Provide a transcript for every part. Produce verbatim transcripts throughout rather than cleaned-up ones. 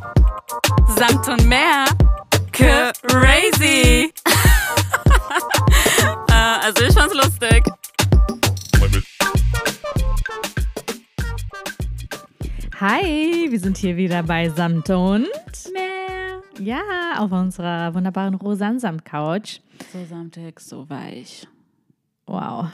Samt und mehr. Crazy. äh, also ich fand's lustig. Hi, wir sind hier wieder bei Samt und Mehr. Ja, auf unserer wunderbaren Rosansamt-Couch. So samtig, so weich. Wow.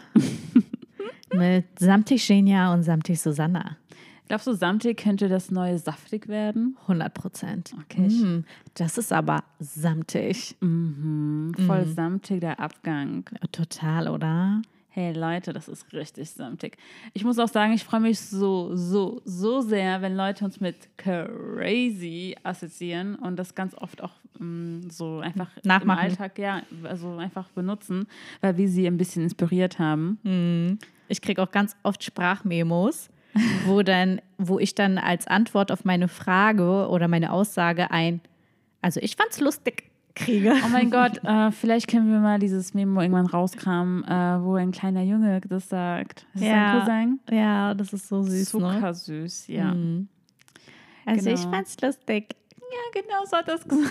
Mit samtig Genia und samtig Susanna. Glaubst du, samtig könnte das neue saftig werden? hundert Prozent. Okay. Mm, das ist aber samtig. Mhm. Voll mhm. samtig der Abgang. Total, oder? Hey Leute, das ist richtig samtig. Ich muss auch sagen, ich freue mich so, so, so sehr, wenn Leute uns mit crazy assoziieren und das ganz oft auch um, so einfach nachmachen. Im Alltag, ja, also einfach benutzen, weil wir sie ein bisschen inspiriert haben. Mm. Ich kriege auch ganz oft Sprachmemos, wo, dann, wo ich dann als Antwort auf meine Frage oder meine Aussage ein, also ich fand's lustig, kriege. Oh mein Gott, äh, vielleicht können wir mal dieses Memo irgendwann rauskramen, äh, wo ein kleiner Junge das sagt. Ist das ja, ein Cousin? Ja, das ist so süß. Zuckersüß, ne? ja. Mhm. Also genau. Ich fand's lustig. Ja, genau, so hat das gesagt.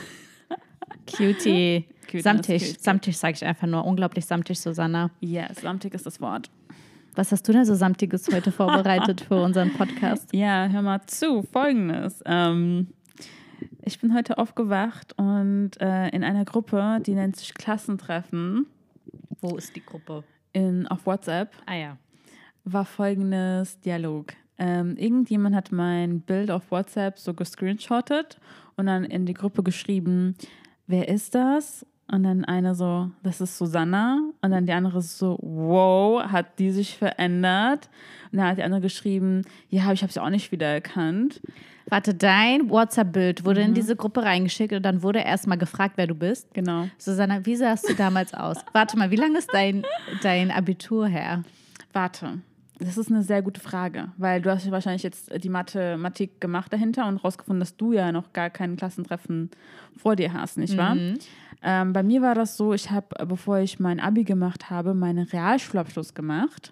Cutie. Samtig. Samtig sage ich einfach nur. Unglaublich samtig, Susanna. Ja, yes, samtig ist das Wort. Was hast du denn so Samtiges heute vorbereitet für unseren Podcast? Ja, hör mal zu. Folgendes. Ähm, ich bin heute aufgewacht und äh, in einer Gruppe, die nennt sich Klassentreffen. Wo ist die Gruppe? In, auf WhatsApp. Ah ja. War folgendes Dialog. Ähm, irgendjemand hat mein Bild auf WhatsApp so gescreenshottet und dann in die Gruppe geschrieben, wer ist das? Und dann eine so, das ist Susanna. Und dann die andere so, wow, hat die sich verändert? Und dann hat die andere geschrieben, ja, ich habe sie auch nicht wiedererkannt. Warte, dein WhatsApp-Bild wurde mhm. in diese Gruppe reingeschickt und dann wurde erstmal gefragt, wer du bist. Genau. Susanna, wie sahst du damals aus? Warte mal, wie lange ist dein, dein Abitur her? Warte, das ist eine sehr gute Frage, weil du hast wahrscheinlich jetzt die Mathematik gemacht dahinter und rausgefunden, dass du ja noch gar kein Klassentreffen vor dir hast, nicht wahr? Mhm. Ähm, bei mir war das so, ich habe, bevor ich mein Abi gemacht habe, meinen Realschulabschluss gemacht.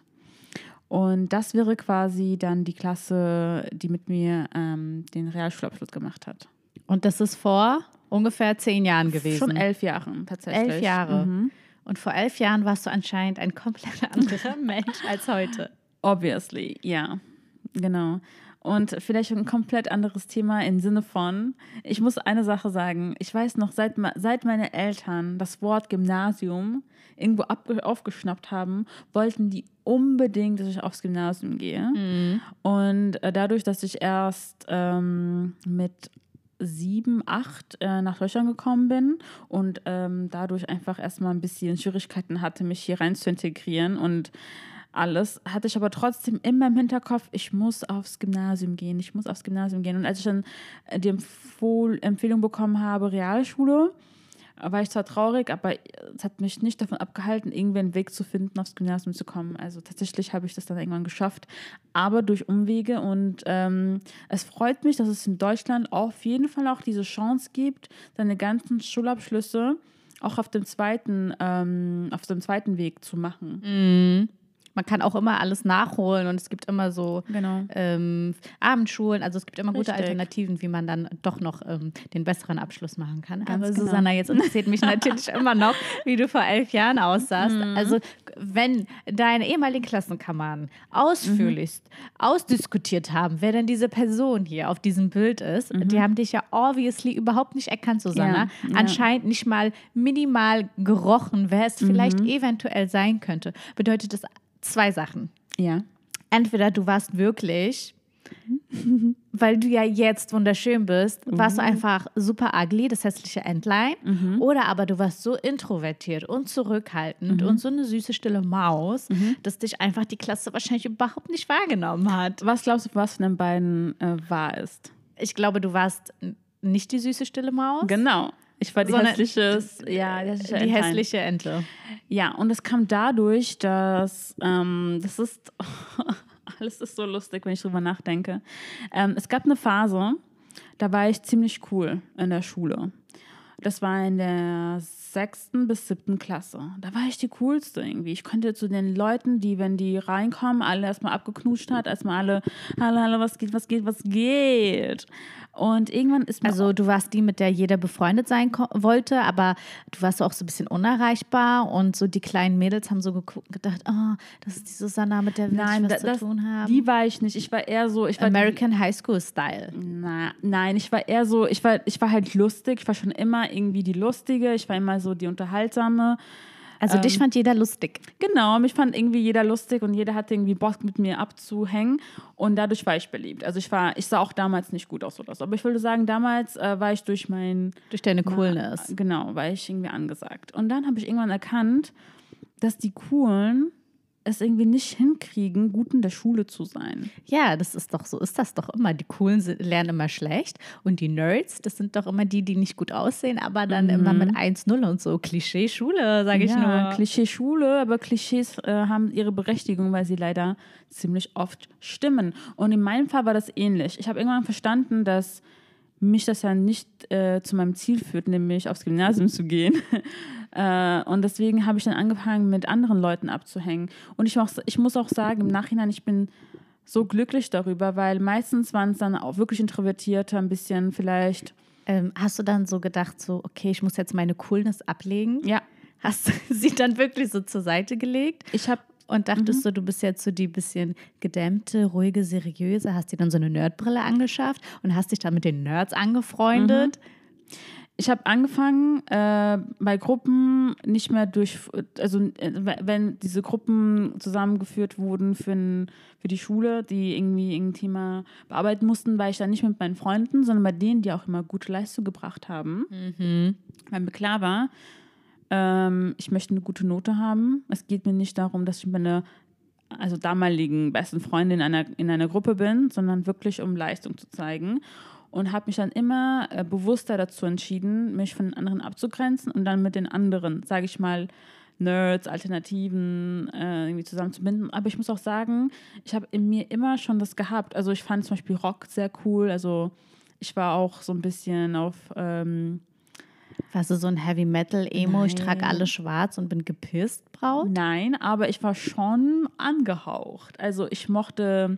Und das wäre quasi dann die Klasse, die mit mir ähm, den Realschulabschluss gemacht hat. Und das ist vor ungefähr zehn Jahren gewesen? Schon elf Jahren tatsächlich. Elf Jahre. Mhm. Und vor elf Jahren warst du anscheinend ein komplett anderer Mensch als heute. Obviously, ja, genau. Und vielleicht ein komplett anderes Thema im Sinne von, ich muss eine Sache sagen, ich weiß noch, seit, seit meine Eltern das Wort Gymnasium irgendwo ab, aufgeschnappt haben, wollten die unbedingt, dass ich aufs Gymnasium gehe. Mhm. Und äh, dadurch, dass ich erst ähm, mit sieben, acht äh, nach Deutschland gekommen bin und ähm, dadurch einfach erstmal ein bisschen Schwierigkeiten hatte, mich hier rein zu integrieren und alles, hatte ich aber trotzdem immer im Hinterkopf, ich muss aufs Gymnasium gehen, ich muss aufs Gymnasium gehen. Und als ich dann die Empf- Empfehlung bekommen habe, Realschule, war ich zwar traurig, aber es hat mich nicht davon abgehalten, irgendwie einen Weg zu finden, aufs Gymnasium zu kommen. Also tatsächlich habe ich das dann irgendwann geschafft, aber durch Umwege. Und ähm, es freut mich, dass es in Deutschland auf jeden Fall auch diese Chance gibt, seine ganzen Schulabschlüsse auch auf dem zweiten, ähm, auf dem zweiten Weg zu machen. Mhm. Man kann auch immer alles nachholen und es gibt immer so genau. ähm, Abendschulen. Also es gibt immer Richtig. gute Alternativen, wie man dann doch noch ähm, den besseren Abschluss machen kann. Ganz Aber genau. Susanna, jetzt interessiert mich natürlich immer noch, wie du vor elf Jahren aussahst. Mhm. Also wenn deine ehemaligen Klassenkameraden ausführlichst mhm. ausdiskutiert haben, wer denn diese Person hier auf diesem Bild ist, mhm. die haben dich ja obviously überhaupt nicht erkannt, Susanna. Ja. Ja. Anscheinend nicht mal minimal gerochen, wer es mhm. vielleicht eventuell sein könnte. Bedeutet das zwei Sachen. Ja. Entweder du warst wirklich, weil du ja jetzt wunderschön bist, warst du einfach super ugly, das hässliche Entlein. Mhm. Oder aber du warst so introvertiert und zurückhaltend mhm. und so eine süße, stille Maus, mhm. dass dich einfach die Klasse wahrscheinlich überhaupt nicht wahrgenommen hat. Was glaubst du, was von den beiden äh, wahr ist? Ich glaube, du warst nicht die süße, stille Maus. Genau. Ich war die so hässliche, ja, die hässliche, die hässliche Ente. Ja, und es kam dadurch, dass, ähm, das ist, alles ist so lustig, wenn ich drüber nachdenke. Ähm, es gab eine Phase, da war ich ziemlich cool in der Schule. Das war in der sechsten bis siebten Klasse. Da war ich die Coolste irgendwie. Ich konnte zu den Leuten, die, wenn die reinkommen, alle erstmal abgeknutscht hat, erstmal alle, hallo, hallo, was geht, was geht, was geht. Und irgendwann ist mir Also du warst die, mit der jeder befreundet sein ko- wollte, aber du warst auch so ein bisschen unerreichbar und so die kleinen Mädels haben so geguckt, gedacht, oh, das ist die Susanna, mit der will nein, ich was da- das, zu tun haben. die war ich nicht. Ich war eher so, ich war American High School Style. Na, nein, ich war eher so, ich war, ich war halt lustig. Ich war schon immer irgendwie die Lustige. Ich war immer so die Unterhaltsame. Also dich fand jeder lustig. Genau, mich fand irgendwie jeder lustig und jeder hatte irgendwie Bock, mit mir abzuhängen. Und dadurch war ich beliebt. Also ich war, ich sah auch damals nicht gut aus oder so. Aber ich würde sagen, damals äh, war ich durch mein... Durch deine Coolness. Genau, war ich irgendwie angesagt. Und dann habe ich irgendwann erkannt, dass die Coolen es irgendwie nicht hinkriegen, gut in der Schule zu sein. Ja, das ist doch so, ist das doch immer. Die Coolen sind, lernen immer schlecht und die Nerds, das sind doch immer die, die nicht gut aussehen, aber dann Mhm. immer mit eins null und so. Klischee-Schule, sage ich Ja, nur. Klischee-Schule, aber Klischees äh, haben ihre Berechtigung, weil sie leider ziemlich oft stimmen. Und in meinem Fall war das ähnlich. Ich habe irgendwann verstanden, dass mich das ja nicht äh, zu meinem Ziel führt, nämlich aufs Gymnasium zu gehen. äh, und deswegen habe ich dann angefangen, mit anderen Leuten abzuhängen. Und ich, auch, ich muss auch sagen, im Nachhinein, ich bin so glücklich darüber, weil meistens waren es dann auch wirklich Introvertierte, ein bisschen vielleicht. Ähm, hast du dann so gedacht, so, okay, ich muss jetzt meine Coolness ablegen? Ja. Hast du sie dann wirklich so zur Seite gelegt? Ich habe Und dachtest du, du bist jetzt so die bisschen gedämmte, ruhige, seriöse, hast dir dann so eine Nerdbrille angeschafft und hast dich dann mit den Nerds angefreundet? Ich habe angefangen, äh, bei Gruppen nicht mehr durch, also äh, wenn diese Gruppen zusammengeführt wurden für, n, für die Schule, die irgendwie irgendein Thema bearbeiten mussten, war ich dann nicht mit meinen Freunden, sondern bei denen, die auch immer gute Leistung gebracht haben. Mhm. Weil mir klar war, ähm, ich möchte eine gute Note haben. Es geht mir nicht darum, dass ich mit meiner also damaligen besten Freundin in einer, in einer Gruppe bin, sondern wirklich um Leistung zu zeigen. Und habe mich dann immer äh, bewusster dazu entschieden, mich von den anderen abzugrenzen und dann mit den anderen, sage ich mal, Nerds, Alternativen äh, irgendwie zusammenzubinden. Aber ich muss auch sagen, ich habe in mir immer schon das gehabt. Also ich fand zum Beispiel Rock sehr cool. Also ich war auch so ein bisschen auf... Ähm, Warst du so ein Heavy Metal Emo, ich Nein. trage alles schwarz und bin gepisst, Braut? Nein, aber ich war schon angehaucht. Also ich mochte...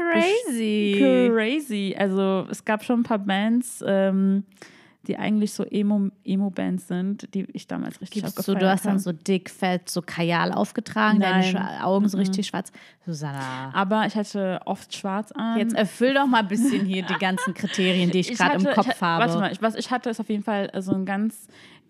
Crazy. Crazy. Also es gab schon ein paar Bands, ähm, die eigentlich so Emo, Emo-Bands sind, die ich damals richtig Gibst abgefeiert du, du hast dann habe. so dick, fett, so Kajal aufgetragen, Nein. deine Sch- Augen so richtig schwarz. Susanna, Aber ich hatte oft schwarz an. jetzt erfüll doch mal ein bisschen hier die ganzen Kriterien, die ich, Ich gerade im hatte- Kopf ich, habe. Warte mal, ich, was ich hatte, ist auf jeden Fall so einen ganz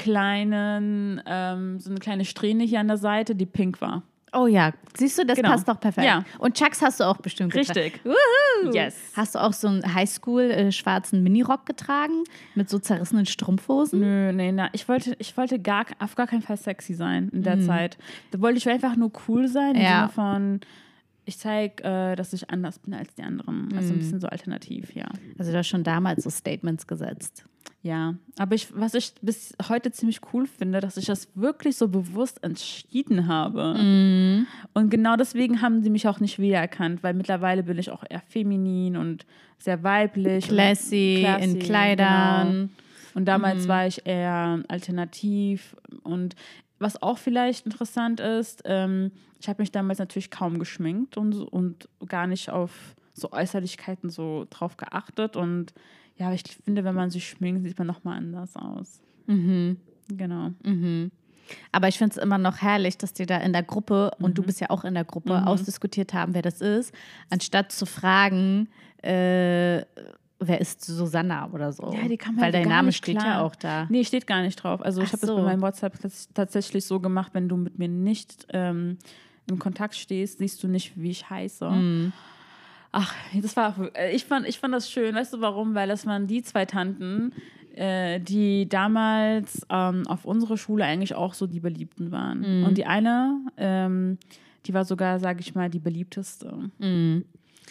kleinen, ähm, so eine kleine Strähne hier an der Seite, die pink war. Oh ja, siehst du, das Genau. passt doch perfekt. Ja. Und Chucks hast du auch bestimmt getragen. Richtig. Wuhu. Yes. Hast du auch so einen Highschool-schwarzen Minirock getragen mit so zerrissenen Strumpfhosen? Nö, nee, na, ich wollte, ich wollte gar, auf gar keinen Fall sexy sein in Mhm. der Zeit. Da wollte ich einfach nur cool sein, im Ja. Sinne von, ich zeige, äh, dass ich anders bin als die anderen. Also Mhm. ein bisschen so alternativ, ja. Also du hast schon damals so Statements gesetzt. Ja, aber ich, was ich bis heute ziemlich cool finde, dass ich das wirklich so bewusst entschieden habe. Mhm. Und genau deswegen haben sie mich auch nicht wiedererkannt, weil mittlerweile bin ich auch eher feminin und sehr weiblich. Classy, und classy, in Kleidern. Genau. Und damals Mhm. war ich eher alternativ. Und was auch vielleicht interessant ist, ähm, ich habe mich damals natürlich kaum geschminkt und, so- und gar nicht auf so Äußerlichkeiten so drauf geachtet. Und ja, ich finde, wenn man sich schminkt, sieht man nochmal anders aus. Mhm. Genau. Mhm. Aber ich finde es immer noch herrlich, dass die da in der Gruppe, und du bist ja auch in der Gruppe, Mhm. ausdiskutiert haben, wer das ist, anstatt zu fragen, äh, wer ist Susanna oder so. Ja, die kam Weil halt dein gar Name nicht steht klar. ja auch da. Nee, steht gar nicht drauf. Also ich Ach habe das so. bei meinem WhatsApp tats- tatsächlich so gemacht, wenn du mit mir nicht ähm, im Kontakt stehst, siehst du nicht, wie ich heiße. Mhm. Ach, das war auch, äh, ich fand, ich fand das schön. Weißt du warum? Weil das waren die zwei Tanten, äh, die damals ähm, auf unserer Schule eigentlich auch so die Beliebten waren. Mhm. Und die eine, ähm, die war sogar, sage ich mal, die beliebteste. Mhm.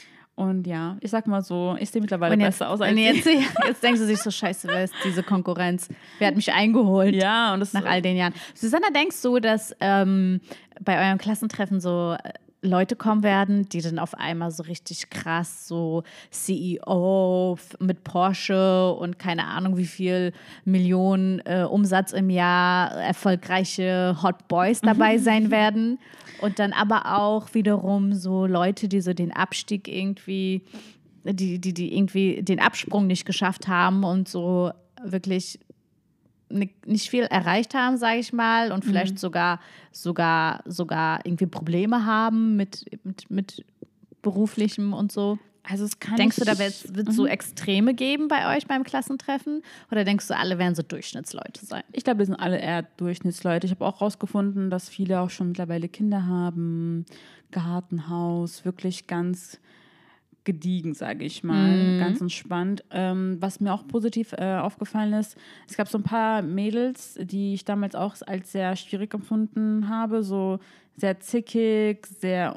Und ja, ich sag mal so, ich sehe mittlerweile Und jetzt, besser aus als und sie. jetzt, jetzt denkst du sich so, scheiße, wer ist diese Konkurrenz? Wer hat mich eingeholt? Ja, und das Nach all den Jahren. Susanna, denkst du, dass ähm, bei eurem Klassentreffen so äh, Leute kommen werden, die dann auf einmal so richtig krass so C E O f- mit Porsche und keine Ahnung wie viel Millionen äh, Umsatz im Jahr, erfolgreiche Hot Boys dabei sein werden? Und dann aber auch wiederum so Leute, die so den Abstieg irgendwie die, die, die irgendwie den Absprung nicht geschafft haben und so wirklich nicht viel erreicht haben, sage ich mal, und vielleicht mhm. sogar, sogar, sogar irgendwie Probleme haben mit, mit, mit beruflichem und so. Also es kann Denkst ich, du, da wird es mhm. so Extreme geben bei euch beim Klassentreffen? Oder denkst du, alle werden so Durchschnittsleute sein? Ich glaube, wir sind alle eher Durchschnittsleute. Ich habe auch rausgefunden, dass viele auch schon mittlerweile Kinder haben, Gartenhaus, wirklich ganz gediegen, sage ich mal, mhm. ganz entspannt. Ähm, was mir auch positiv äh, aufgefallen ist, es gab so ein paar Mädels, die ich damals auch als sehr schwierig empfunden habe, so sehr zickig, sehr,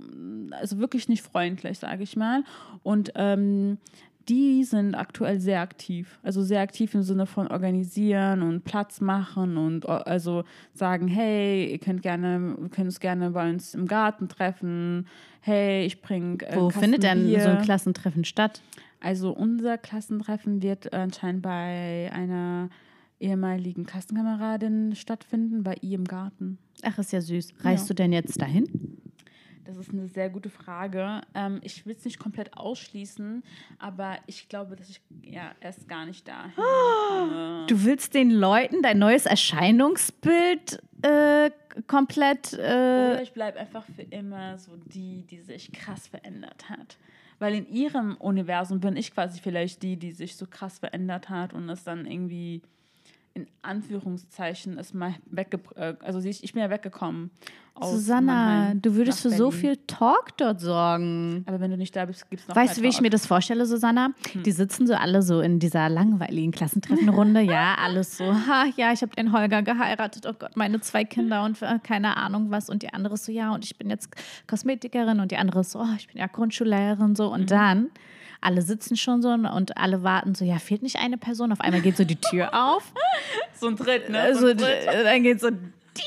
also wirklich nicht freundlich, sage ich mal. Und ähm, die sind aktuell sehr aktiv. Also sehr aktiv im Sinne von organisieren und Platz machen und also sagen, hey, ihr könnt gerne, wir können uns gerne bei uns im Garten treffen. Hey, ich bringe äh, Wo Kasten findet denn Bier. so ein Klassentreffen statt? Also unser Klassentreffen wird anscheinend bei einer ehemaligen Klassenkameradin stattfinden, bei ihr im Garten. Ach, ist ja süß. Reist ja. du denn jetzt dahin? Das ist eine sehr gute Frage. Ähm, ich will es nicht komplett ausschließen, aber ich glaube, dass ich ja erst gar nicht da komme. Du willst den Leuten dein neues Erscheinungsbild äh, komplett... Äh Oder ich bleibe einfach für immer so die, die sich krass verändert hat. Weil in ihrem Universum bin ich quasi vielleicht die, die sich so krass verändert hat und es dann irgendwie... in Anführungszeichen ist mal wegge... Also ich bin ja weggekommen. Aus Susanna, Mannheim du würdest für so viel Talk dort sorgen. Aber wenn du nicht da bist, gibt es noch Weißt du, wie ich mir das vorstelle, Susanna? Hm. Die sitzen so alle so in dieser langweiligen Klassentreffenrunde. Ja, alles so, ha, ja, ich habe den Holger geheiratet. Oh Gott, meine zwei Kinder und äh, keine Ahnung was. Und die andere so, ja, und ich bin jetzt Kosmetikerin. Und die andere so, oh, ich bin ja Grundschullehrerin. So. Und mhm. dann... Alle sitzen schon so und alle warten so, ja, fehlt nicht eine Person? Auf einmal geht so die Tür auf. So ein Tritt, ne? So ein Tritt. Dann geht so,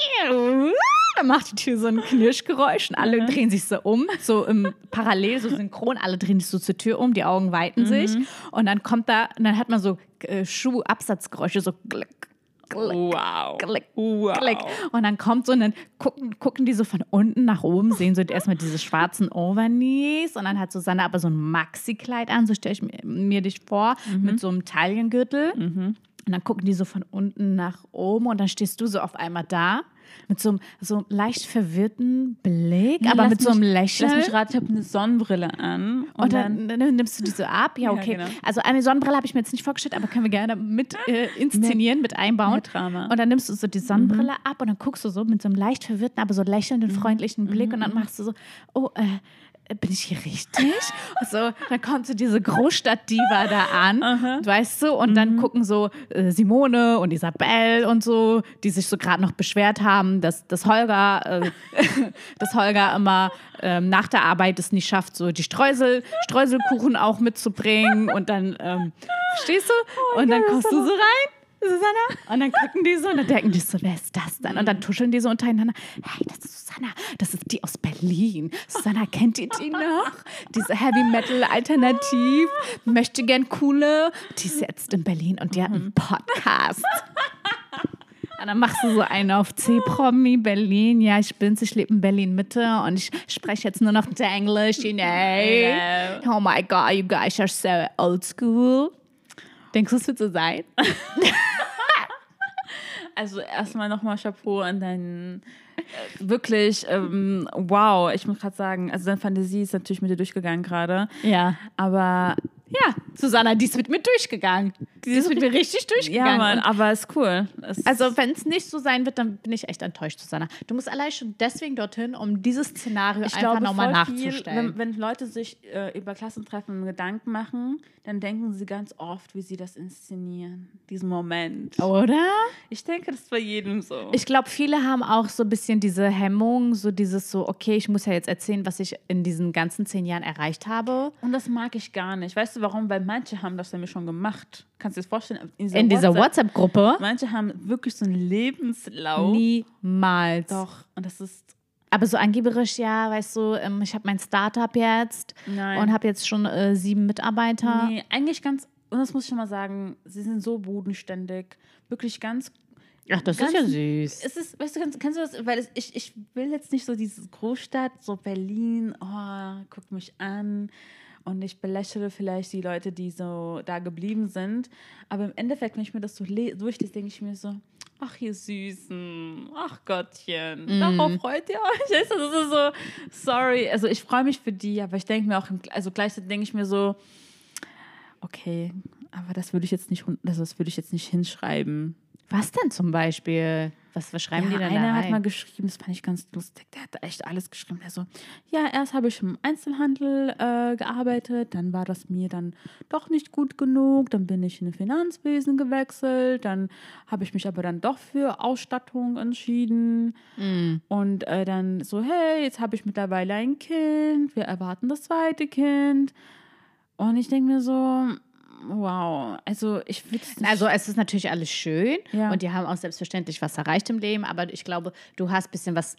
dann macht die Tür so ein Knirschgeräusch und alle mhm. drehen sich so um, so im Parallel, so synchron, alle drehen sich so zur Tür um, die Augen weiten mhm. sich und dann kommt da, und dann hat man so äh, Schuhabsatzgeräusche, so klick. Klick, wow. Klick, wow. Klick. Und dann kommt so, und dann gucken, gucken die so von unten nach oben, sehen so erstmal diese schwarzen Overknees und dann hat Susanne aber so ein Maxi-Kleid an, so stelle ich mir, mir dich vor, mhm. mit so einem Taillengürtel. Mhm. Und dann gucken die so von unten nach oben und dann stehst du so auf einmal da. Mit so einem so leicht verwirrten Blick, nee, aber mit mich, so einem Lächeln. Lass mich raten, ich habe eine Sonnenbrille an. Und, und dann, dann, dann nimmst du die so ab. Ja, okay. Ja, genau. Also eine Sonnenbrille habe ich mir jetzt nicht vorgestellt, aber können wir gerne mit äh, inszenieren, mit einbauen. Mit Drama. Und dann nimmst du so die Sonnenbrille mhm. ab und dann guckst du so mit so einem leicht verwirrten, aber so lächelnden, freundlichen Blick mhm. und dann machst du so, oh, äh, bin ich hier richtig? So, dann kommt so diese Großstadt-Diva da an, uh-huh. weißt du, und dann mhm. gucken so äh, Simone und Isabel und so, die sich so gerade noch beschwert haben, dass, dass Holger äh, dass Holger immer ähm, nach der Arbeit es nicht schafft, so die Streusel, Streuselkuchen auch mitzubringen und dann, ähm, verstehst du? Oh, und dann kommst du so rein. Susanna. Und dann gucken die so und dann denken die so, wer ist das denn? Und dann tuscheln die so untereinander. Hey, das ist Susanna, das ist die aus Berlin. Susanna, kennt ihr die noch? Diese Heavy-Metal-Alternativ, möchte gern coole. Die ist jetzt in Berlin und die hat einen Podcast. Und dann machst du so einen auf C-Promi Berlin. Ja, ich bin's, ich lebe in Berlin-Mitte und ich spreche jetzt nur noch Englisch, you know. Oh my God, you guys are so old school. Denkst du, es wird so sein? Also erstmal nochmal Chapeau an deinen, äh, wirklich, ähm, wow, ich muss gerade sagen, also deine Fantasie ist natürlich mit dir durchgegangen gerade. Ja. Aber ja, Susanna, die ist mit mir durchgegangen. Die ist mit mir richtig durchgegangen. Ja, Mann, aber ist cool. Es also wenn es nicht so sein wird, dann bin ich echt enttäuscht, Susanna. Du musst allein schon deswegen dorthin, um dieses Szenario ich einfach nochmal nachzustellen. Viel, wenn, wenn Leute sich äh, über Klassentreffen Gedanken machen, dann denken sie ganz oft, wie sie das inszenieren. Diesen Moment. Oder? Ich denke, das ist bei jedem so. Ich glaube, viele haben auch so ein bisschen diese Hemmung, so dieses so, okay, ich muss ja jetzt erzählen, was ich in diesen ganzen zehn Jahren erreicht habe. Und das mag ich gar nicht. Weißt du warum? Weil manche haben das nämlich schon gemacht. Kannst du dir das vorstellen? In dieser, in dieser WhatsApp-Gruppe? WhatsApp manche haben wirklich so einen Lebenslauf. Niemals. Doch. Und das ist... Aber so angeberisch, ja, weißt du, ich habe mein Startup jetzt Nein. und habe jetzt schon äh, sieben Mitarbeiter. Nee, eigentlich ganz, und das muss ich schon mal sagen, sie sind so bodenständig, wirklich ganz... Ach, das ganz, ist ja süß. Es ist, weißt du, kennst, kennst du das? Weil es, ich, ich will jetzt nicht so diese Großstadt, so Berlin, oh, guck mich an. und ich belächle vielleicht die Leute, die so da geblieben sind. Aber im Endeffekt, wenn ich mir das so le- durchlese, denke ich mir so, ach, ihr Süßen, ach Gottchen, mm. darauf freut ihr euch. Das ist so, sorry, also ich freue mich für die, aber ich denke mir auch, also gleichzeitig denke ich mir so, okay, aber das würde ich jetzt nicht, also das würde ich jetzt nicht hinschreiben. Was denn zum Beispiel? Was, was schreiben ja, die denn einer da rein? hat mal geschrieben, das fand ich ganz lustig, der hat echt alles geschrieben. Der so, ja, erst habe ich im Einzelhandel äh, gearbeitet, dann war das mir dann doch nicht gut genug, dann bin ich in ein Finanzwesen gewechselt, dann habe ich mich aber dann doch für Ausstattung entschieden mm. und äh, dann so, hey, jetzt habe ich mittlerweile ein Kind, wir erwarten das zweite Kind und ich denke mir so, wow, also ich würde es Also es ist natürlich alles schön ja. und die haben auch selbstverständlich was erreicht im Leben, aber ich glaube, du hast ein bisschen was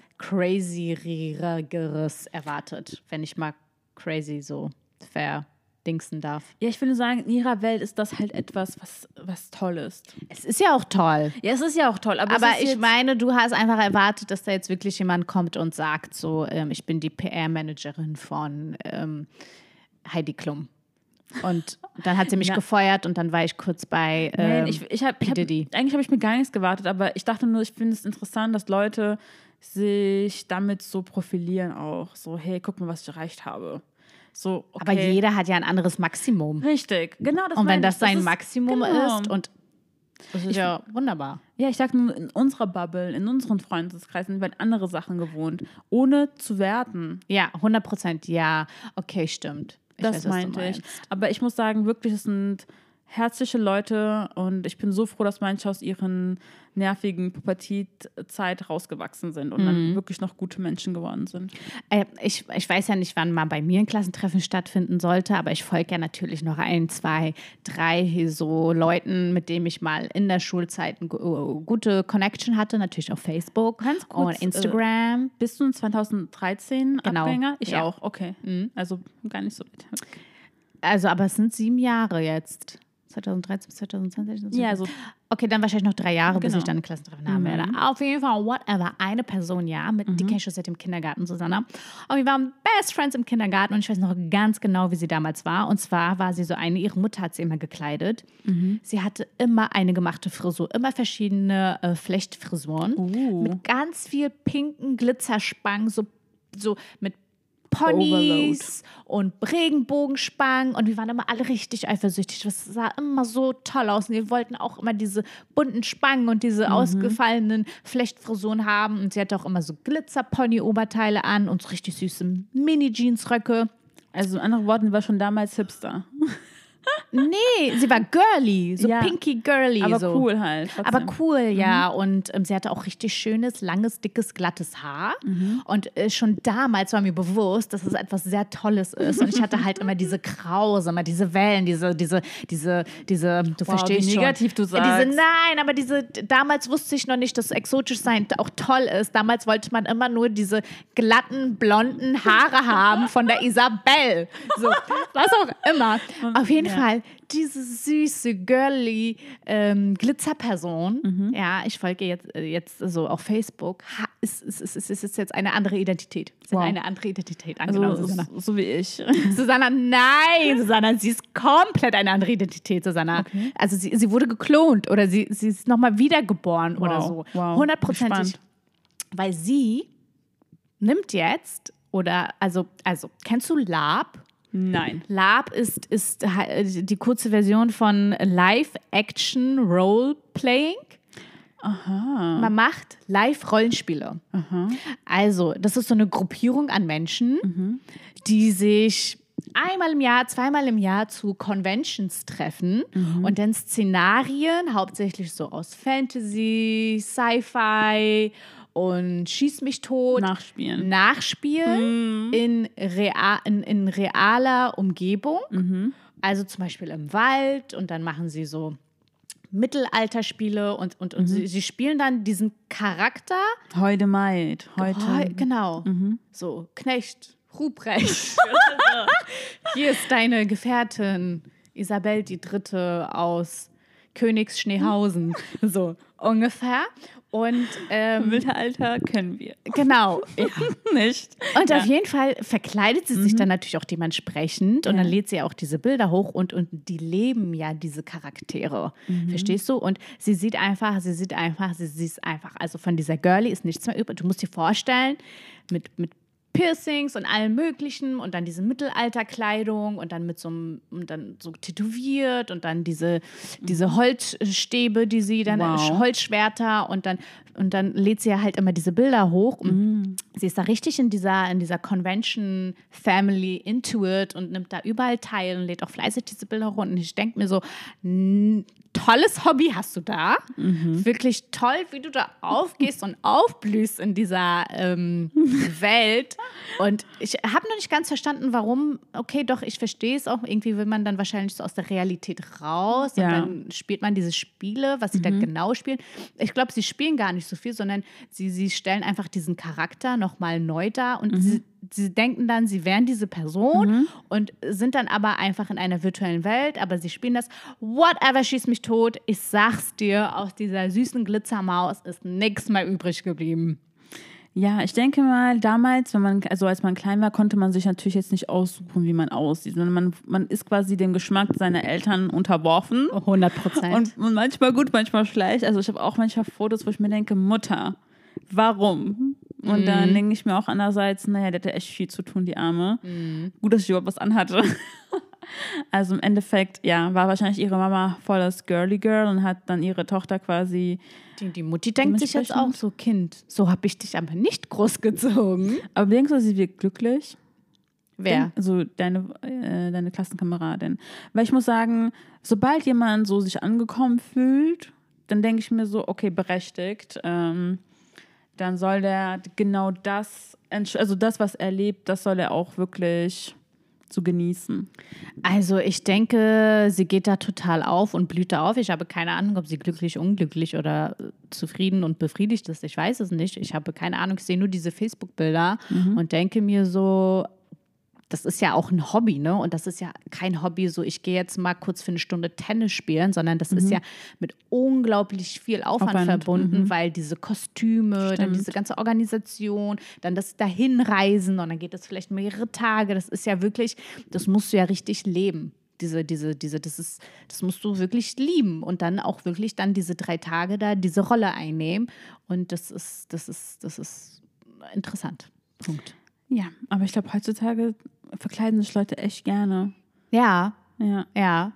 Crazy-geres erwartet, wenn ich mal crazy so verdingsen darf. Ja, ich würde sagen, in ihrer Welt ist das halt etwas, was, was toll ist. Es ist ja auch toll. Ja, es ist ja auch toll. Aber, aber es ist ich meine, du hast einfach erwartet, dass da jetzt wirklich jemand kommt und sagt so, ähm, ich bin die P R-Managerin von ähm, Heidi Klum. Und dann hat sie mich ja. gefeuert und dann war ich kurz bei ähm, Nein, ich, ich hab, ich hab, eigentlich habe ich mir gar nichts gewartet, aber ich dachte nur, ich finde es interessant, dass Leute sich damit so profilieren auch. So, hey, guck mal, was ich erreicht habe. So, okay. Aber jeder hat ja ein anderes Maximum. Richtig, genau das. Und wenn das das sein ist, Maximum genau. ist und das ist ich, ja wunderbar. Ja, ich sag nur, in unserer Bubble, in unseren Freundeskreisen werden andere Sachen gewohnt, ohne zu werten. Ja, hundert Prozent ja. Okay, stimmt. Ich das weiß, meinte ich. Aber ich muss sagen, wirklich, es sind herzliche Leute und ich bin so froh, dass manche aus ihren nervigen Pubertietzeit rausgewachsen sind und mhm. dann wirklich noch gute Menschen geworden sind. Äh, ich, ich weiß ja nicht, wann mal bei mir ein Klassentreffen stattfinden sollte, aber ich folge ja natürlich noch ein, zwei, drei so Leuten, mit denen ich mal in der Schulzeit eine gute Connection hatte, natürlich auf Facebook Ganz kurz, und Instagram. Äh, bist du ein zweitausenddreizehn genau. Abgänger? Ich ja. auch, okay. Mhm. Also gar nicht so weit. Also, aber es sind sieben Jahre jetzt. zweitausenddreizehn bis zweitausendzwanzig? Ja, also okay, dann wahrscheinlich noch drei Jahre, genau. bis ich dann ein Klassentreffen haben werde. Mhm. Auf jeden Fall, whatever. Eine Person, ja, mit, mhm. die kenne ich schon seit dem Kindergarten, Susanna. Und wir waren Best Friends im Kindergarten und ich weiß noch ganz genau, wie sie damals war. Und zwar war sie so eine, ihre Mutter hat sie immer gekleidet. Mhm. Sie hatte immer eine gemachte Frisur, immer verschiedene äh, Flechtfrisuren. Uh. Mit ganz viel pinken Glitzerspangen, so, so mit Ponys und Regenbogenspangen und wir waren immer alle richtig eifersüchtig. Das sah immer so toll aus und wir wollten auch immer diese bunten Spangen und diese mhm. ausgefallenen Flechtfrisuren haben und sie hatte auch immer so Glitzer-Pony-Oberteile an und so richtig süße Mini-Jeans-Röcke. Also in anderen Worten, war schon damals Hipster. Nee, sie war girly, so ja, pinky girly. Aber so. cool halt. Trotzdem. Aber cool, ja. Mhm. Und ähm, sie hatte auch richtig schönes, langes, dickes, glattes Haar. Mhm. Und äh, schon damals war mir bewusst, dass es etwas sehr Tolles ist. Und ich hatte halt immer diese Krause, immer diese Wellen, diese, diese, diese, diese, du wow, verstehst wie schon. negativ du sagst. Diese, nein, aber diese, damals wusste ich noch nicht, dass exotisch sein auch toll ist. Damals wollte man immer nur diese glatten, blonden Haare haben von der Isabelle. So, was auch immer. Auf jeden ja. Fall diese süße, girly ähm, Glitzerperson, mhm. ja, ich folge jetzt, jetzt so auf Facebook, ha, ist, ist, ist, ist, ist jetzt eine andere Identität. Ist wow. eine andere Identität angenommen, also, Susanna. So wie ich. Susanna, nein, Susanna, sie ist komplett eine andere Identität, Susanna. Okay. Also sie, sie wurde geklont oder sie, sie ist nochmal wiedergeboren wow. oder so. Wow. Hundertprozentig. Weil sie nimmt jetzt, oder, also, also, kennst du Lab? Nein. Lab ist, ist die kurze Version von Live-Action Role-Playing. Aha. Man macht Live-Rollenspiele. Aha. Also, das ist so eine Gruppierung an Menschen, mhm. die sich einmal im Jahr, zweimal im Jahr zu Conventions treffen mhm. und dann Szenarien, hauptsächlich so aus Fantasy, Sci-Fi und Schieß mich tot nachspielen, nachspielen mhm. in, rea- in, in realer Umgebung. Mhm. Also zum Beispiel im Wald und dann machen sie so Mittelalterspiele und, und, und mhm. sie, sie spielen dann diesen Charakter. Heute Maid. Heute. Heu, genau. Mhm. So, Knecht, Ruprecht. Hier ist deine Gefährtin Isabel die Dritte aus Königs Schneehausen, so ungefähr. Und ähm, Mittelalter können wir. Genau, ja. Nicht. Und ja. auf jeden Fall verkleidet sie sich mhm. dann natürlich auch dementsprechend und ja. dann lädt sie auch diese Bilder hoch und, und die leben ja diese Charaktere. Mhm. Verstehst du? Und sie sieht einfach, sie sieht einfach, sie sieht einfach, also von dieser Girlie ist nichts mehr übrig. Du musst dir vorstellen, mit, mit Piercings und allem Möglichen und dann diese Mittelalterkleidung und dann mit so einem, und dann so tätowiert und dann diese, diese Holzstäbe, die sie dann, wow. Holzschwerter und dann, und dann lädt sie ja halt immer diese Bilder hoch und mm. sie ist da richtig in dieser, in dieser Convention Family into it und nimmt da überall teil und lädt auch fleißig diese Bilder runter und ich denke mir so, n- tolles Hobby hast du da. Mhm. Wirklich toll, wie du da aufgehst und aufblühst in dieser ähm, Welt. Und ich habe noch nicht ganz verstanden, warum. Okay, doch, ich verstehe es auch. Irgendwie will man dann wahrscheinlich so aus der Realität raus. Ja. Und dann spielt man diese Spiele, was sie mhm. da genau spielen. Ich glaube, sie spielen gar nicht so viel, sondern sie, sie stellen einfach diesen Charakter nochmal neu dar. Und mhm. sie, sie denken dann, sie wären diese Person mhm. und sind dann aber einfach in einer virtuellen Welt. Aber sie spielen das. Whatever, schieß mich tot. Ich sag's dir, aus dieser süßen Glitzermaus ist nichts mehr übrig geblieben. Ja, ich denke mal, damals, wenn man, also als man klein war, konnte man sich natürlich jetzt nicht aussuchen, wie man aussieht, sondern man, man ist quasi dem Geschmack seiner Eltern unterworfen. hundert Prozent. Und, und manchmal gut, manchmal schlecht. Also ich habe auch manchmal Fotos, wo ich mir denke, Mutter, warum? Und mhm. dann denke ich mir auch andererseits, naja, der hatte echt viel zu tun, die Arme. Mhm. Gut, dass ich überhaupt was anhatte. Also im Endeffekt, ja, war wahrscheinlich ihre Mama voll das Girly Girl und hat dann ihre Tochter quasi... Die, die Mutti denkt sich jetzt auch so, Kind, so habe ich dich aber nicht großgezogen. Aber denkst du, sie wird glücklich? Wer? Also deine, äh, deine Klassenkameradin. Weil ich muss sagen, sobald jemand so sich angekommen fühlt, dann denke ich mir so, okay, berechtigt, ähm, dann soll der genau das, also das, was er lebt, das soll er auch wirklich... zu genießen. Also ich denke, sie geht da total auf und blüht da auf. Ich habe keine Ahnung, ob sie glücklich, unglücklich oder zufrieden und befriedigt ist. Ich weiß es nicht. Ich habe keine Ahnung. Ich sehe nur diese Facebook-Bilder mhm. und denke mir so, das ist ja auch ein Hobby, ne? Und das ist ja kein Hobby, so ich gehe jetzt mal kurz für eine Stunde Tennis spielen, sondern das mhm. ist ja mit unglaublich viel Aufwand, Aufwand. verbunden, mhm. weil diese Kostüme, Stimmt. dann diese ganze Organisation, dann das Dahinreisen und dann geht das vielleicht mehrere Tage. Das ist ja wirklich, das musst du ja richtig leben. Diese, diese, diese, das ist, das musst du wirklich lieben und dann auch wirklich dann diese drei Tage da diese Rolle einnehmen. Und das ist, das ist, das ist interessant. Punkt. Ja, aber ich glaube, heutzutage verkleiden sich Leute echt gerne. Ja, ja, ja.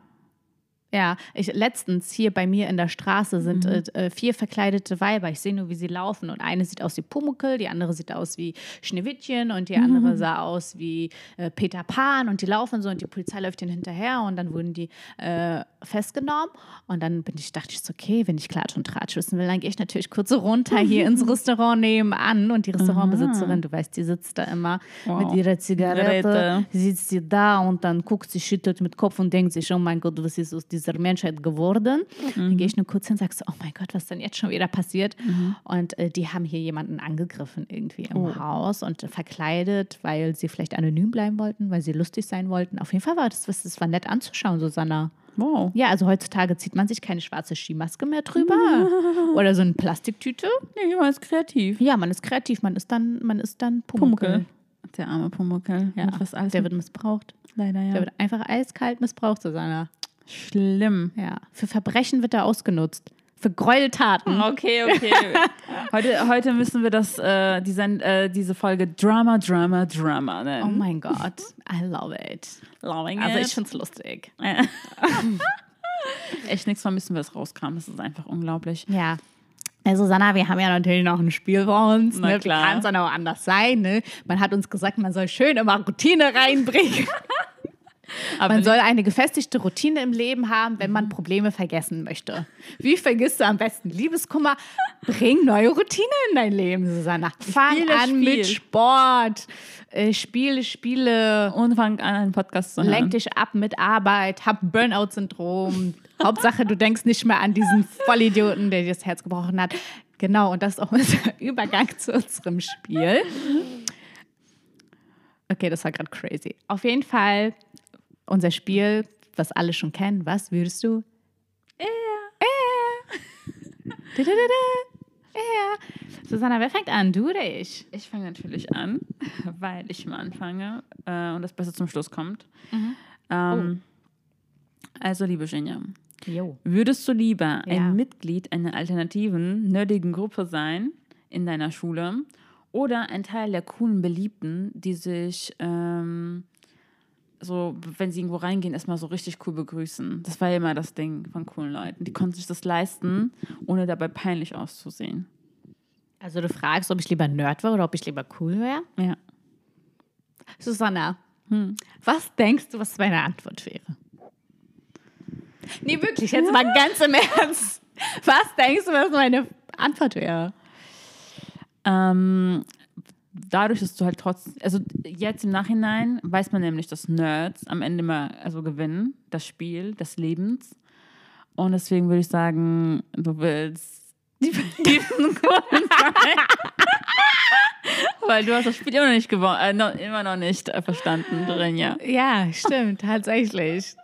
Ja, ich, letztens hier bei mir in der Straße sind mhm. äh, vier verkleidete Weiber. Ich sehe nur, wie sie laufen. Und eine sieht aus wie Pumuckl, die andere sieht aus wie Schneewittchen und die andere mhm. sah aus wie äh, Peter Pan. Und die laufen so und die Polizei läuft ihnen hinterher und dann wurden die äh, festgenommen. Und dann bin ich, dachte ich so, okay, wenn ich Klatsch und Tratsch wissen will, dann gehe ich natürlich kurz so runter hier ins Restaurant nebenan. Und die Restaurantbesitzerin, du weißt, die sitzt da immer wow. mit ihrer Zigarette, sitzt sie da und dann guckt sie, schüttelt mit Kopf und denkt sich, oh mein Gott, was ist aus dieser Menschheit geworden. Mhm. Dann gehe ich nur kurz hin und sage so, oh mein Gott, was ist denn jetzt schon wieder passiert? Mhm. Und äh, die haben hier jemanden angegriffen irgendwie im oh. Haus und äh, verkleidet, weil sie vielleicht anonym bleiben wollten, weil sie lustig sein wollten. Auf jeden Fall war das, das war nett anzuschauen, Susanna. Wow. Ja, also heutzutage zieht man sich keine schwarze Skimaske mehr drüber oder so eine Plastiktüte. Nee, man ist kreativ. Ja, man ist kreativ, man ist dann, man ist dann Pumuckl. Pumuckl. Der arme Pumuckl. Ja, was alles der wird missbraucht. Leider, ja. Der wird einfach eiskalt missbraucht, Susanna. Schlimm. Ja, für Verbrechen wird er ausgenutzt. Für Gräueltaten. Okay, okay. heute, heute müssen wir das, äh, diese, äh, diese Folge Drama, Drama, Drama nennen. Oh mein Gott, I love it. Loving also it. ich find's lustig. Echt nichts von müssen wir das rauskramen. Das ist einfach unglaublich. Ja. Also Sanna, wir haben ja natürlich noch ein Spiel bei uns. Ne? Kann es dann auch anders sein. Ne? Man hat uns gesagt, man soll schön immer Routine reinbringen. Aber man soll eine gefestigte Routine im Leben haben, wenn man Probleme vergessen möchte. Wie vergisst du am besten Liebeskummer? Bring neue Routine in dein Leben, Susanna. Fang Spiele, an Spiel. mit Sport, äh, Spiele, Spiele. Und fang an, einen Podcast zu hören. Lenk dich ab mit Arbeit, hab Burnout-Syndrom. Hauptsache, du denkst nicht mehr an diesen Vollidioten, der dir das Herz gebrochen hat. Genau, und das ist auch unser Übergang zu unserem Spiel. Okay, das war gerade crazy. Auf jeden Fall unser Spiel, was alle schon kennen. Was würdest du? Eher Ja. Susanna, wer fängt an? Du oder ich? Ich fange natürlich an, weil ich mal anfange äh, und das Beste zum Schluss kommt. Mhm. Ähm, oh. Also, liebe Genia, Jo. würdest du lieber Ja. ein Mitglied einer alternativen, nerdigen Gruppe sein in deiner Schule oder ein Teil der coolen Beliebten, die sich ähm, so, wenn sie irgendwo reingehen, erstmal so richtig cool begrüßen? Das war ja immer das Ding von coolen Leuten. Die konnten sich das leisten, ohne dabei peinlich auszusehen. Also du fragst, ob ich lieber Nerd wäre oder ob ich lieber cool wäre? Ja. Susanna, hm. was denkst du, was meine Antwort wäre? Nee, wirklich, jetzt mal ganz im Ernst. Was denkst du, was meine Antwort wäre? Ähm, dadurch, dass du halt trotzdem, also jetzt im Nachhinein weiß man nämlich, dass Nerds am Ende immer also gewinnen, das Spiel des Lebens. Und deswegen würde ich sagen, du willst die verliebten Kunden sein. Weil du hast das Spiel immer noch nicht gewonnen, äh, noch, immer noch nicht äh, verstanden drin, ja. Ja, stimmt, tatsächlich.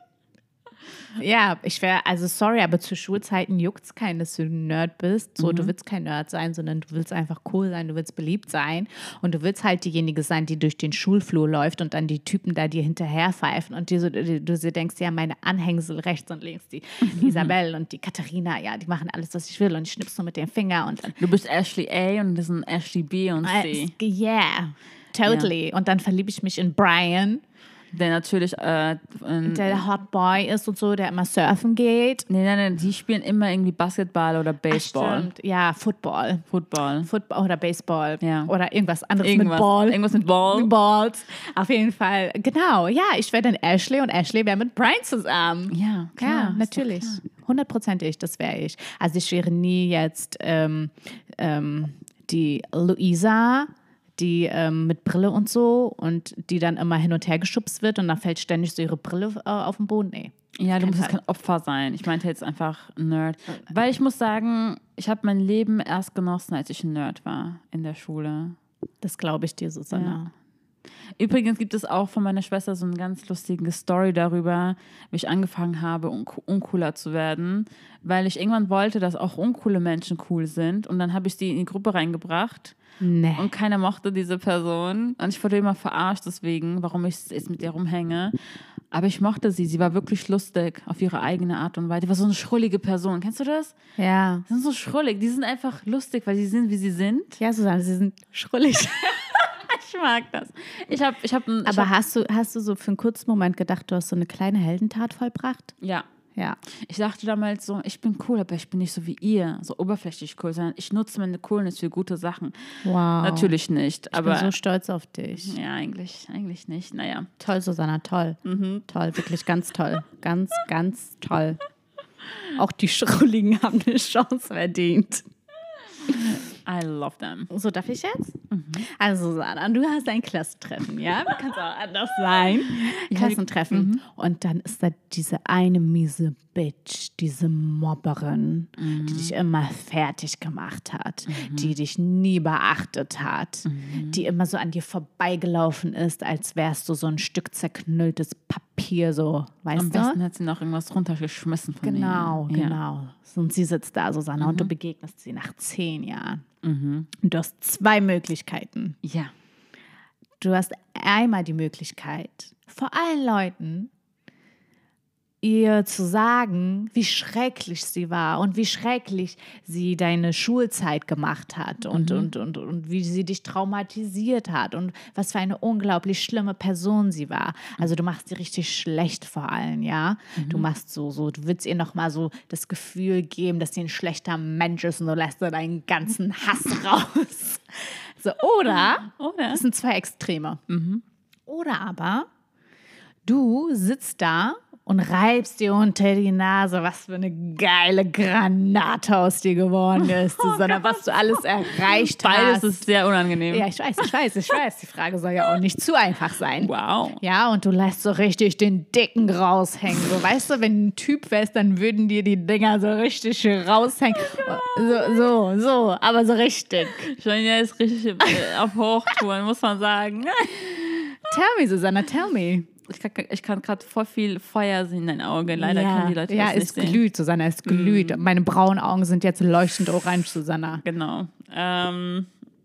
Ja, ich wäre, also sorry, aber zu Schulzeiten juckt es keinen, dass du ein Nerd bist. So, mhm. Du willst kein Nerd sein, sondern du willst einfach cool sein, du willst beliebt sein und du willst halt diejenige sein, die durch den Schulflur läuft und dann die Typen da dir hinterher pfeifen und die so, die, du dir denkst, ja, meine Anhängsel rechts und links, die, die Isabel und die Katharina, ja, die machen alles, was ich will und ich schnippst nur mit dem Finger und dann, du bist Ashley A und das sind Ashley B und C. Uh, yeah, totally. Ja. Und dann verliebe ich mich in Brian. Der natürlich äh, in, der Hot Boy ist und so, der immer surfen geht. Nee, nein, nein, die spielen immer irgendwie Basketball oder Baseball. Ach, stimmt. Ja, Football. Football. Football oder Baseball. Ja. Oder irgendwas anderes irgendwas, mit Ball. Irgendwas mit Ball. Balls. Auf jeden Fall. Genau. Ja, ich wäre dann Ashley und Ashley wäre mit Brian zusammen. Ja, klar. Ja, natürlich. Hundertprozentig, das wäre ich. Also ich wäre nie jetzt ähm, ähm, die Luisa, die ähm, mit Brille und so und die dann immer hin und her geschubst wird und dann fällt ständig so ihre Brille äh, auf den Boden. Nee. Ja, du musst jetzt kein Opfer sein. Ich meinte jetzt einfach Nerd. Weil ich muss sagen, ich habe mein Leben erst genossen, als ich ein Nerd war in der Schule. Das glaube ich dir, Susanna. Ja. Übrigens gibt es auch von meiner Schwester so eine ganz lustige Story darüber, wie ich angefangen habe, un- uncooler zu werden, weil ich irgendwann wollte, dass auch uncoole Menschen cool sind und dann habe ich die in die Gruppe reingebracht. Nee. Und keiner mochte diese Person. Und ich wurde immer verarscht deswegen, warum ich jetzt mit ihr rumhänge. Aber ich mochte sie. Sie war wirklich lustig auf ihre eigene Art und Weise. Die war so eine schrullige Person. Kennst du das? Ja. Die sind so schrullig. Die sind einfach lustig, weil sie sind, wie sie sind. Ja, Susanne, sie sind schrullig. Ich mag das. Ich hab, ich hab, ich Aber hab, hast du, hast du so für einen kurzen Moment gedacht, du hast so eine kleine Heldentat vollbracht? Ja. Ja. Ich dachte damals so, ich bin cool, aber ich bin nicht so wie ihr, so oberflächlich cool, sondern ich nutze meine Coolness für gute Sachen. Wow. Natürlich nicht, ich aber... Ich bin so stolz auf dich. Ja, eigentlich, eigentlich nicht, naja. Toll, Susanna, toll. Mhm. Toll, wirklich ganz toll. Ganz, ganz toll. Auch die Schrulligen haben eine Chance verdient. I love them. So, darf ich jetzt? Mhm. Also, Susanna, du hast ein Klassentreffen, ja? Kann es auch anders sein. Klassentreffen. Mhm. Und dann ist da diese eine miese Bitch, diese Mobberin, mhm. die dich immer fertig gemacht hat, mhm. die dich nie beachtet hat, mhm. die immer so an dir vorbeigelaufen ist, als wärst du so ein Stück zerknülltes Papier, so, weißt Am du? Am besten hat sie noch irgendwas runtergeschmissen von Genau, ihr. genau. Ja. Und sie sitzt da, Susanna, mhm. und du begegnest sie nach zehn Jahren. Mhm. Und du hast zwei Möglichkeiten. Ja. Du hast einmal die Möglichkeit, vor allen Leuten ihr zu sagen, wie schrecklich sie war und wie schrecklich sie deine Schulzeit gemacht hat und, mhm. und, und, und wie sie dich traumatisiert hat und was für eine unglaublich schlimme Person sie war. Also du machst sie richtig schlecht vor allem, ja. Mhm. Du machst so, so, du willst ihr nochmal so das Gefühl geben, dass sie ein schlechter Mensch ist und du lässt dann deinen ganzen Hass raus. So, oder, oder, das sind zwei Extreme. Mhm. Oder aber, du sitzt da und reibst dir unter die Nase, was für eine geile Granate aus dir geworden ist, oh, sondern was du alles erreicht Beides hast. Beides ist sehr unangenehm. Ja, ich weiß, ich weiß, ich weiß. Die Frage soll ja auch nicht zu einfach sein. Wow. Ja, und du lässt so richtig den Dicken raushängen. So, weißt du, wenn du ein Typ wärst, dann würden dir die Dinger so richtig raushängen. So, so, so, aber so richtig. Sonja ist richtig auf Hochtouren, muss man sagen. Tell me, Susanna, tell me. Ich kann, ich kann gerade voll viel Feuer sehen in deinen Augen. Leider ja. können die Leute ja, das nicht es sehen. glüht, Susanna, es glüht. Mm. Meine braunen Augen sind jetzt leuchtend orange, Susanna. Genau. Ähm.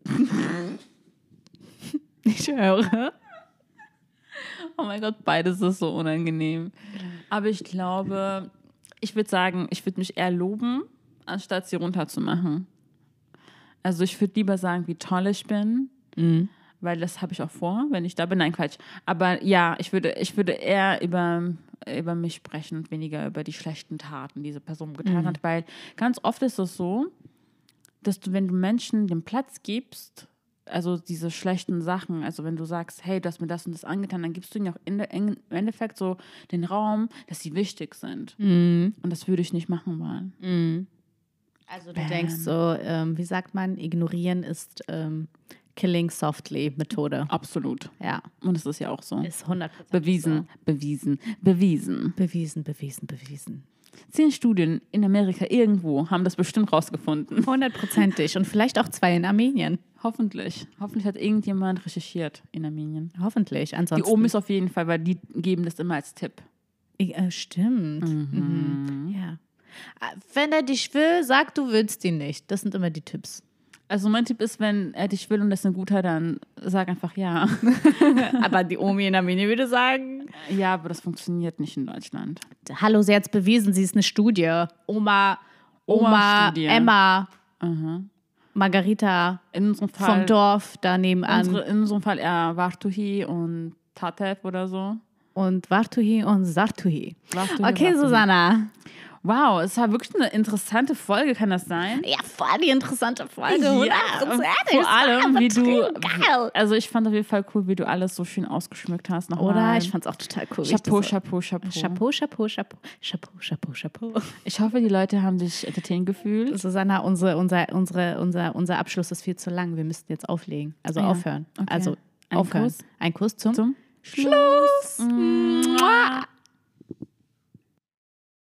Ich höre. Oh mein Gott, beides ist so unangenehm. Aber ich glaube, ich würde sagen, ich würde mich eher loben, anstatt sie runterzumachen. Also ich würde lieber sagen, wie toll ich bin, Mhm. weil das habe ich auch vor, wenn ich da bin. Nein, Quatsch. Aber ja, ich würde, ich würde eher über, über mich sprechen und weniger über die schlechten Taten, die diese Person getan Mhm. hat. Weil ganz oft ist es so, dass du, wenn du Menschen den Platz gibst, also diese schlechten Sachen, also wenn du sagst, hey, du hast mir das und das angetan, dann gibst du ihnen auch in der, in, im Endeffekt so den Raum, dass sie wichtig sind. Mhm. Und das würde ich nicht machen wollen. Mhm. Also du Bam. denkst so, ähm, wie sagt man, ignorieren ist ähm, Killing Softly Methode. Absolut. Ja. Und es ist ja auch so. Ist hundert Prozent Bewiesen, bewiesen, bewiesen. so. Bewiesen, bewiesen, bewiesen. Zehn Studien in Amerika irgendwo haben das bestimmt rausgefunden. Hundertprozentig. Und vielleicht auch zwei in Armenien. Hoffentlich. Hoffentlich hat irgendjemand recherchiert in Armenien. Hoffentlich. Die Ansonsten. Omis auf jeden Fall, weil die geben das immer als Tipp. Ich, äh, stimmt. Mhm. Mhm. Ja. Wenn er dich will, sag, du willst ihn nicht. Das sind immer die Tipps. Also mein Tipp ist, wenn er dich will und das ist ein guter, dann sag einfach ja. Aber die Omi in Armenien würde sagen, Ja, aber das funktioniert nicht in Deutschland. hallo, sie hat es bewiesen, sie ist eine Studie. Oma, Oma, Oma-Studie. Emma, Aha. Margarita In unserem Fall, vom Dorf da nebenan unsere, in unserem Fall eher Vartuhi und Tatev oder so. und Vartuhi und Sartuhi. Vartuhi, Okay, Vartuhi. Susanna. Wow, es war wirklich eine interessante Folge, kann das sein? Ja, voll die interessante Folge. Ja, hundertprozentig. vor allem, wie du, Geil. also ich fand auf jeden Fall cool, wie du alles so schön ausgeschmückt hast. Nochmal. Oder? Ich fand's auch total cool. wie ich Chapeau, das so- Chapeau, Chapeau. Chapeau, Chapeau, Chapeau, Chapeau, Chapeau, Chapeau. Ich hoffe, die Leute haben sich entertained gefühlt. Susanna, unsere, unser, unsere, unser, unser Abschluss ist viel zu lang. Wir müssten jetzt auflegen. Also Ja. aufhören. Okay. Also Ein aufhören. Kuss Ein Kuss zum, Zum Schluss. Mua.